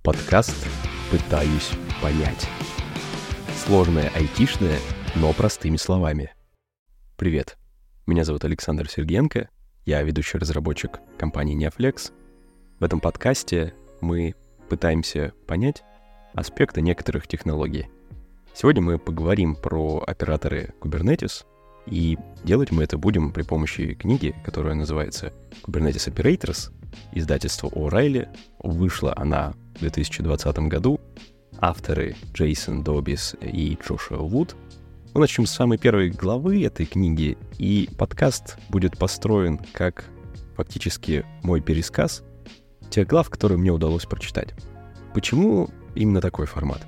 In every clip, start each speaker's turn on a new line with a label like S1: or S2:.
S1: Подкаст «Пытаюсь понять». Сложное айтишное, но простыми словами. Привет, меня зовут Александр Сергеенко, я ведущий разработчик компании Neoflex. В этом подкасте мы пытаемся понять аспекты некоторых технологий. Сегодня мы поговорим про операторы Kubernetes, и делать мы это будем при помощи книги, которая называется Kubernetes Operators, издательство O'Reilly. Вышла она в 2020 году. Авторы Джейсон Добис и Джошуа Вуд. Мы начнем с самой первой главы этой книги, и подкаст будет построен как фактически мой пересказ тех глав, которые мне удалось прочитать. Почему именно такой формат?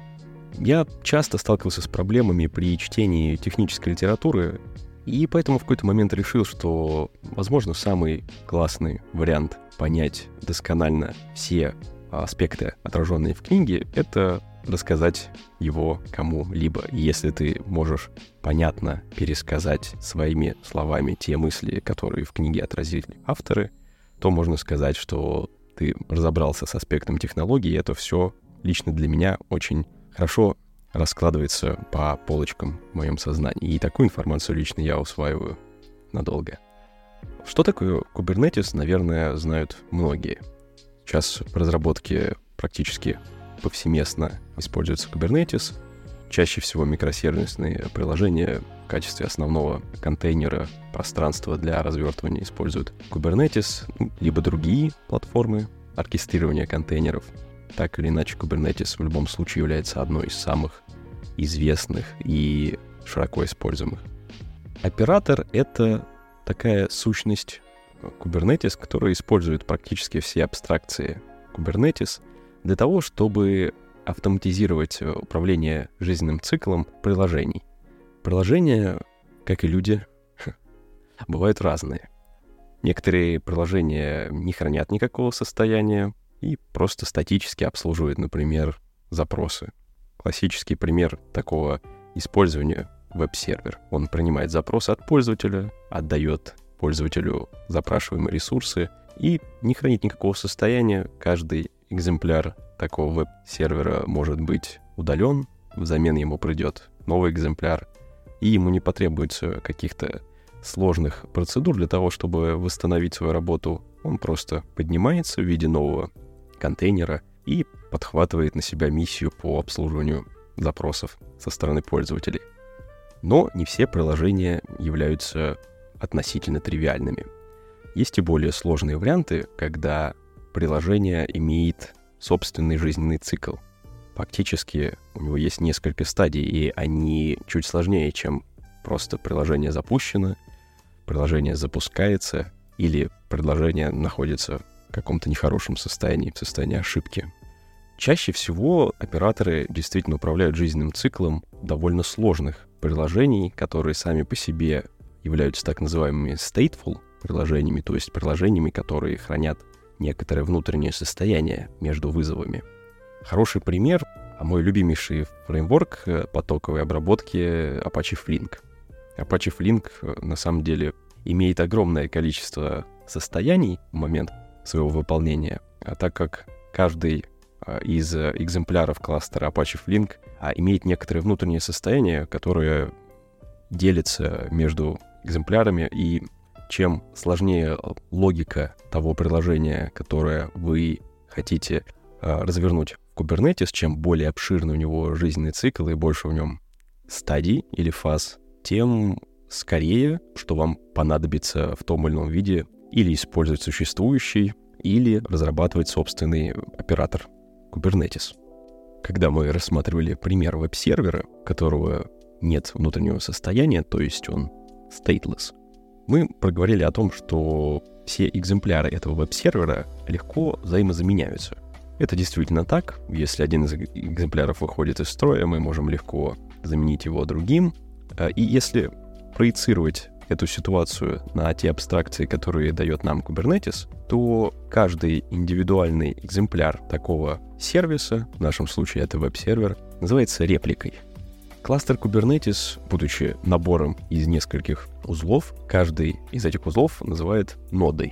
S1: Я часто сталкивался с проблемами при чтении технической литературы, и поэтому в какой-то момент решил, что, возможно, самый классный вариант понять досконально все аспекты, отраженные в книге, это рассказать его кому-либо. И если ты можешь понятно пересказать своими словами те мысли, которые в книге отразили авторы, то можно сказать, что ты разобрался с аспектом технологии, и это все лично для меня очень хорошо раскладывается по полочкам в моем сознании. И такую информацию лично я усваиваю надолго. Что такое Kubernetes, наверное, знают многие. Сейчас в разработке практически повсеместно используется Kubernetes. Чаще всего микросервисные приложения в качестве основного контейнера пространства для развертывания используют Kubernetes, либо другие платформы оркестрирования контейнеров. Так или иначе, Kubernetes в любом случае является одной из самых известных и широко используемых. Оператор — это такая сущность Kubernetes, которая использует практически все абстракции Kubernetes для того, чтобы автоматизировать управление жизненным циклом приложений. Приложения, как и люди, бывают разные. Некоторые приложения не хранят никакого состояния и просто статически обслуживают, например, запросы. Классический пример такого использования — веб-сервер. Он принимает запросы от пользователя, отдает пользователю запрашиваемые ресурсы и не хранит никакого состояния. Каждый экземпляр такого веб-сервера может быть удален, взамен ему придет новый экземпляр, и ему не потребуется каких-то сложных процедур для того, чтобы восстановить свою работу. Он просто поднимается в виде нового контейнера и подхватывает на себя миссию по обслуживанию запросов со стороны пользователей. Но не все приложения являются относительно тривиальными. Есть и более сложные варианты, когда приложение имеет собственный жизненный цикл. Фактически у него есть несколько стадий, и они чуть сложнее, чем просто приложение запущено, приложение запускается или приложение находится в каком-то нехорошем состоянии, в состоянии ошибки. Чаще всего операторы действительно управляют жизненным циклом довольно сложных приложений, которые сами по себе являются так называемыми stateful приложениями, то есть приложениями, которые хранят некоторое внутреннее состояние между вызовами. Хороший пример, мой любимейший фреймворк потоковой обработки Apache Flink. Apache Flink на самом деле имеет огромное количество состояний в момент своего выполнения, а так как каждый из экземпляров кластера Apache Flink имеет некоторое внутреннее состояние, которое делится между экземплярами, и чем сложнее логика того приложения, которое вы хотите развернуть в Kubernetes, чем более обширный у него жизненный цикл и больше в нем стадий или фаз, тем скорее, что вам понадобится в том или ином виде или использовать существующий, или разрабатывать собственный оператор Kubernetes. Когда мы рассматривали пример веб-сервера, у которого нет внутреннего состояния, то есть он stateless, мы проговорили о том, что все экземпляры этого веб-сервера легко взаимозаменяются. Это действительно так. Если один из экземпляров выходит из строя, мы можем легко заменить его другим. И если проецировать эту ситуацию на те абстракции, которые дает нам Kubernetes, то каждый индивидуальный экземпляр такого сервиса, в нашем случае это веб-сервер, называется репликой. Кластер Kubernetes, будучи набором из нескольких узлов, каждый из этих узлов называет нодой.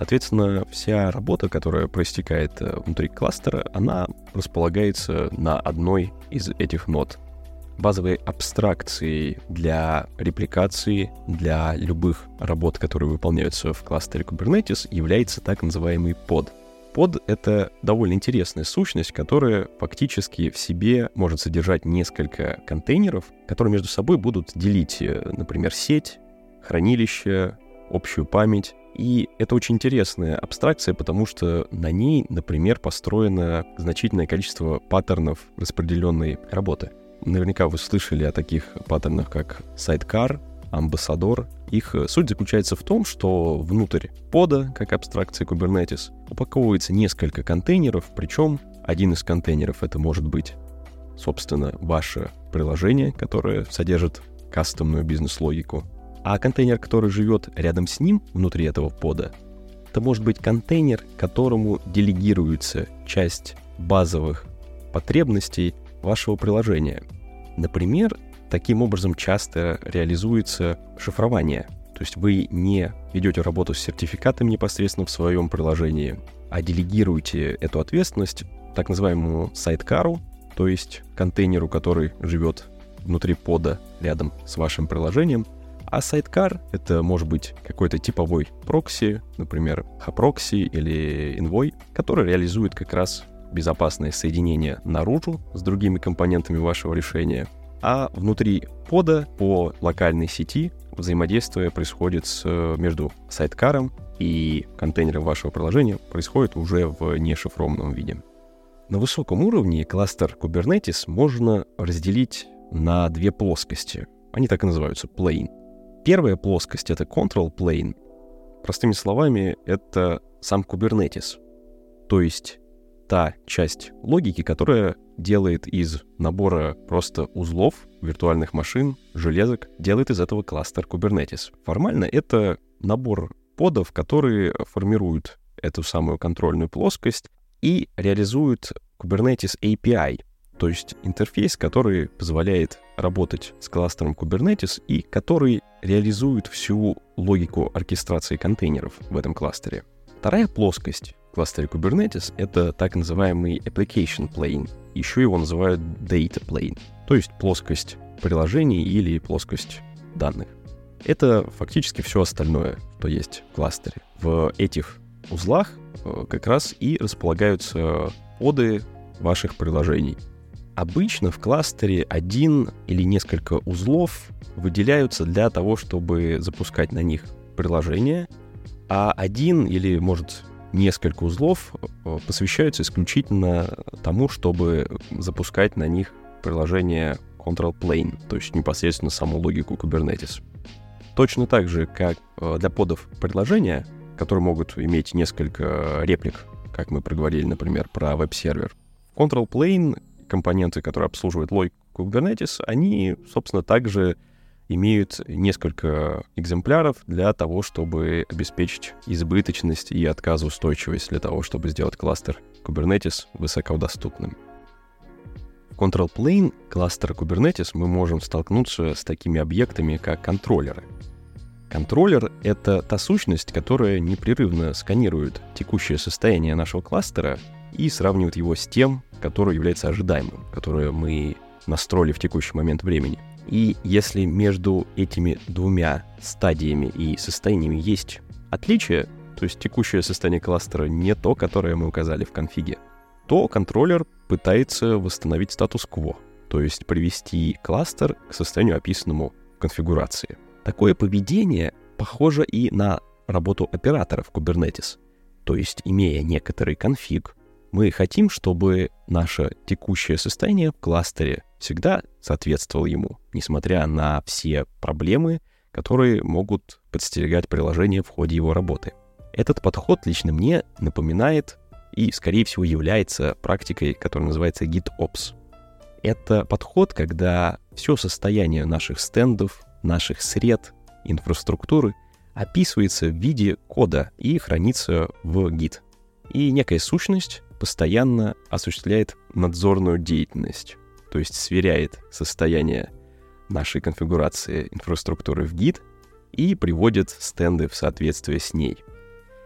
S1: Соответственно, вся работа, которая проистекает внутри кластера, она располагается на одной из этих нод. Базовой абстракцией для репликации, для любых работ, которые выполняются в кластере Kubernetes, является так называемый под. Под — это довольно интересная сущность, которая фактически в себе может содержать несколько контейнеров, которые между собой будут делить, например, сеть, хранилище, общую память. И это очень интересная абстракция, потому что на ней, например, построено значительное количество паттернов распределенной работы. Наверняка вы слышали о таких паттернах, как Sidecar, Ambassador. Их суть заключается в том, что внутрь пода, как абстракции Kubernetes, упаковывается несколько контейнеров, причем один из контейнеров — это может быть, собственно, ваше приложение, которое содержит кастомную бизнес-логику. А контейнер, который живет рядом с ним, внутри этого пода, это может быть контейнер, которому делегируется часть базовых потребностей вашего приложения. Например, таким образом часто реализуется шифрование. То есть вы не ведете работу с сертификатами непосредственно в своем приложении, а делегируете эту ответственность так называемому сайдкару, то есть контейнеру, который живет внутри пода рядом с вашим приложением. А сайдкар — это может быть какой-то типовой прокси, например, Haproxy или Envoy, который реализует как раз безопасное соединение наружу с другими компонентами вашего решения. А внутри пода по локальной сети взаимодействие происходит между сайдкаром и контейнером вашего приложения, происходит уже в нешифрованном виде. На высоком уровне кластер Kubernetes можно разделить на две плоскости. Они так и называются — plane. Первая плоскость — это control plane. Простыми словами, это сам Kubernetes, то есть та часть логики, которая делает из набора просто узлов, виртуальных машин, железок, делает из этого кластер Kubernetes. Формально это набор подов, которые формируют эту самую контрольную плоскость и реализуют Kubernetes API, то есть интерфейс, который позволяет работать с кластером Kubernetes и который реализует всю логику оркестрации контейнеров в этом кластере. Вторая плоскость в кластере Kubernetes — это так называемый application plane. Еще его называют data plane, то есть плоскость приложений или плоскость данных. Это фактически все остальное, что есть в кластере. В этих узлах как раз и располагаются поды ваших приложений. Обычно в кластере один или несколько узлов выделяются для того, чтобы запускать на них приложения, а один или, может, несколько узлов посвящаются исключительно тому, чтобы запускать на них приложение control plane, то есть непосредственно саму логику Kubernetes. Точно так же, как для подов приложения, которые могут иметь несколько реплик, как мы проговорили, например, про веб-сервер. Control plane, компоненты, которые обслуживают логику Kubernetes, они, собственно, также имеют несколько экземпляров для того, чтобы обеспечить избыточность и отказоустойчивость, для того, чтобы сделать кластер Kubernetes высокодоступным. В Control Plane кластера Kubernetes мы можем столкнуться с такими объектами, как контроллеры. Контроллер — это та сущность, которая непрерывно сканирует текущее состояние нашего кластера и сравнивает его с тем, которое является ожидаемым, которое мы настроили в текущий момент времени. И если между этими двумя стадиями и состояниями есть отличие, то есть текущее состояние кластера не то, которое мы указали в конфиге, то контроллер пытается восстановить статус-кво, то есть привести кластер к состоянию, описанному в конфигурации. Такое поведение похоже и на работу операторов Kubernetes, то есть, имея некоторый конфиг, мы хотим, чтобы наше текущее состояние в кластере всегда соответствовало ему, несмотря на все проблемы, которые могут подстерегать приложение в ходе его работы. Этот подход лично мне напоминает и, скорее всего, является практикой, которая называется GitOps. Это подход, когда все состояние наших стендов, наших сред, инфраструктуры описывается в виде кода и хранится в Git. И некая сущность постоянно осуществляет надзорную деятельность, то есть сверяет состояние нашей конфигурации инфраструктуры в Git и приводит стенды в соответствие с ней.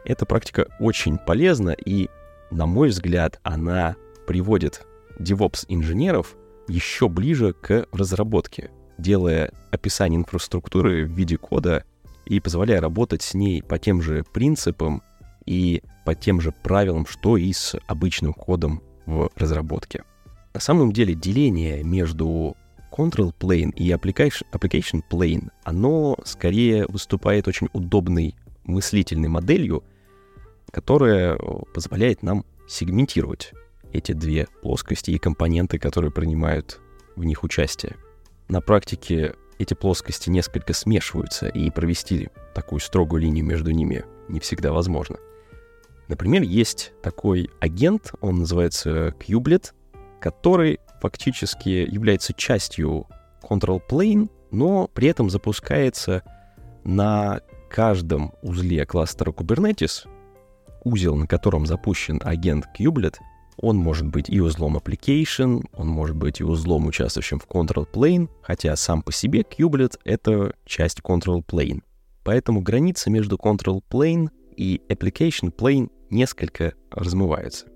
S1: Эта практика очень полезна, и, на мой взгляд, она приводит DevOps-инженеров еще ближе к разработке, делая описание инфраструктуры в виде кода и позволяя работать с ней по тем же принципам и по тем же правилам, что и с обычным кодом в разработке. На самом деле деление между Control Plane и Application Plane, оно скорее выступает очень удобной мыслительной моделью, которая позволяет нам сегментировать эти две плоскости и компоненты, которые принимают в них участие. На практике эти плоскости несколько смешиваются, и провести такую строгую линию между ними не всегда возможно. Например, есть такой агент, он называется Kubelet, который фактически является частью Control Plane, но при этом запускается на каждом узле кластера Kubernetes. Узел, на котором запущен агент Kubelet, он может быть и узлом Application, он может быть и узлом, участвующим в Control Plane, хотя сам по себе Kubelet — это часть Control Plane. Поэтому граница между Control Plane и Application Plane несколько размываются.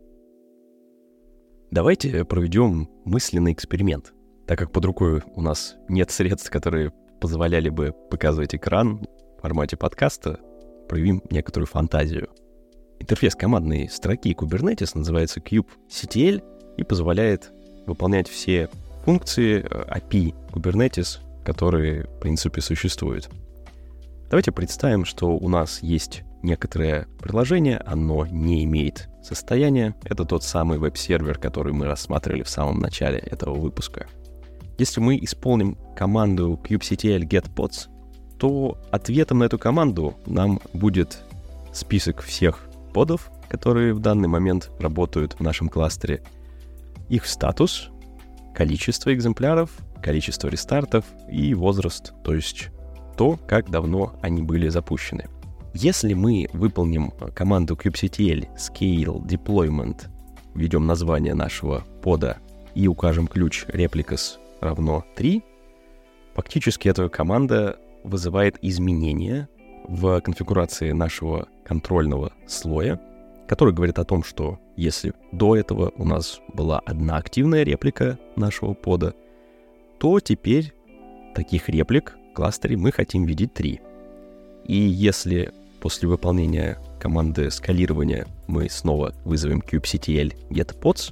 S1: Давайте проведем мысленный эксперимент. Так как под рукой у нас нет средств, которые позволяли бы показывать экран в формате подкаста, проявим некоторую фантазию. Интерфейс командной строки Kubernetes называется kubectl и позволяет выполнять все функции API Kubernetes, которые, в принципе, существуют. Давайте представим, что у нас есть некоторое приложение, оно не имеет состояния. Это тот самый веб-сервер, который мы рассматривали в самом начале этого выпуска. Если мы исполним команду kubectl getPods, то ответом на эту команду нам будет список всех подов, которые в данный момент работают в нашем кластере, их статус, количество экземпляров, количество рестартов и возраст, то есть то, как давно они были запущены. Если мы выполним команду kubectl scale deployment, введем название нашего пода и укажем ключ replicas равно 3, фактически эта команда вызывает изменения в конфигурации нашего контрольного слоя, который говорит о том, что если до этого у нас была одна активная реплика нашего пода, то теперь таких реплик в кластере мы хотим видеть 3. И если после выполнения команды скалирования мы снова вызовем kubectl getPods,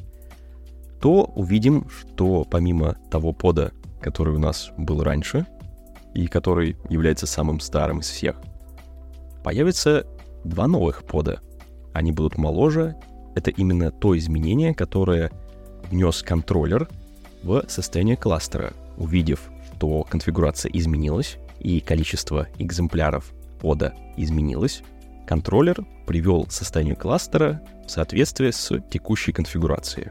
S1: то увидим, что помимо того пода, который у нас был раньше, и который является самым старым из всех, появится 2 новых пода. Они будут моложе. Это именно то изменение, которое внес контроллер в состояние кластера. Увидев, что конфигурация изменилась и количество экземпляров пода изменилось, контроллер привел состояние кластера в соответствие с текущей конфигурацией.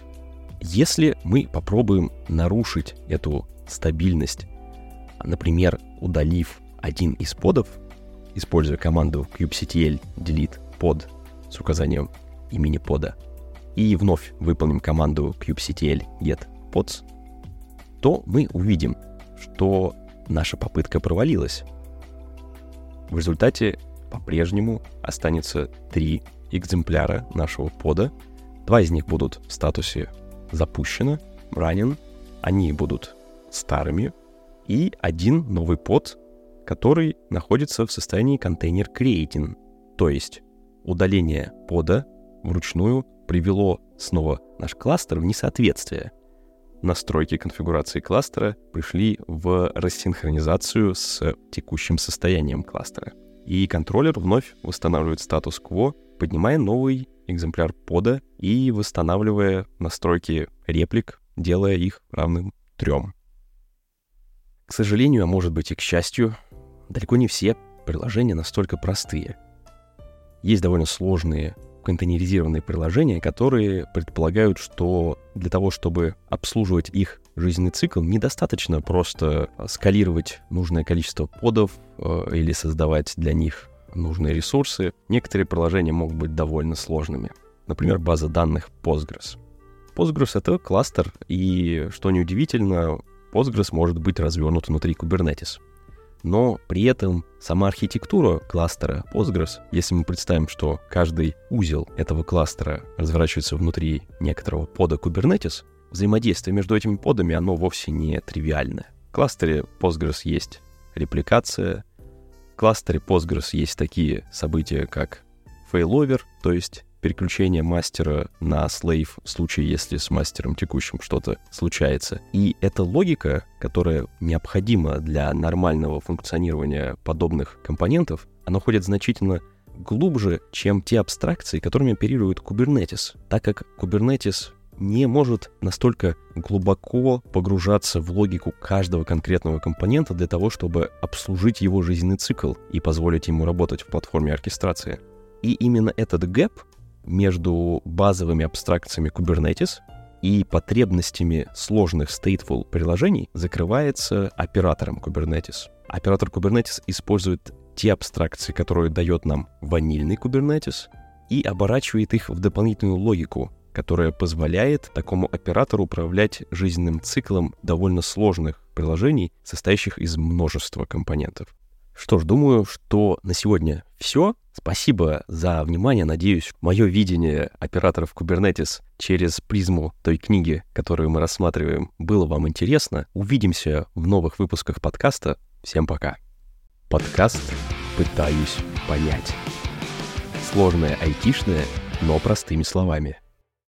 S1: Если мы попробуем нарушить эту стабильность, например, удалив один из подов, используя команду kubectl delete pod с указанием имени пода, и вновь выполним команду kubectl getPods, то мы увидим, что наша попытка провалилась. В результате по-прежнему останется 3 экземпляра нашего пода. 2 из них будут в статусе запущено, running, они будут старыми, и 1 новый под, который находится в состоянии container creating, то есть удаление пода вручную привело снова наш кластер в несоответствие. Настройки конфигурации кластера пришли в рассинхронизацию с текущим состоянием кластера. И контроллер вновь восстанавливает статус-кво, поднимая новый экземпляр пода и восстанавливая настройки реплик, делая их равным 3. К сожалению, а может быть и к счастью, далеко не все приложения настолько простые. Есть довольно сложные контейнеризированные приложения, которые предполагают, что для того, чтобы обслуживать их жизненный цикл, недостаточно просто скалировать нужное количество подов или создавать для них нужные ресурсы. Некоторые приложения могут быть довольно сложными. Например, база данных Postgres. Postgres — это кластер, и, что неудивительно, Postgres может быть развернут внутри Kubernetes. но при этом сама архитектура кластера Postgres, если мы представим, что каждый узел этого кластера разворачивается внутри некоторого пода Kubernetes, взаимодействие между этими подами, оно вовсе не тривиальное. В кластере Postgres есть репликация, в кластере Postgres есть такие события, как failover, то есть переключение мастера на слейв в случае, если с мастером текущим что-то случается. И эта логика, которая необходима для нормального функционирования подобных компонентов, она ходит значительно глубже, чем те абстракции, которыми оперирует Kubernetes, так как Kubernetes не может настолько глубоко погружаться в логику каждого конкретного компонента для того, чтобы обслужить его жизненный цикл и позволить ему работать в платформе оркестрации. И именно этот гэп между базовыми абстракциями Kubernetes и потребностями сложных stateful приложений закрывается оператором Kubernetes. Оператор Kubernetes использует те абстракции, которые дает нам ванильный Kubernetes, и оборачивает их в дополнительную логику, которая позволяет такому оператору управлять жизненным циклом довольно сложных приложений, состоящих из множества компонентов. Что ж, думаю, что на сегодня все. Спасибо за внимание. Надеюсь, мое видение операторов Kubernetes через призму той книги, которую мы рассматриваем, было вам интересно. Увидимся в новых выпусках подкаста. Всем пока. Подкаст «Пытаюсь понять». Сложное айтишное, но простыми словами.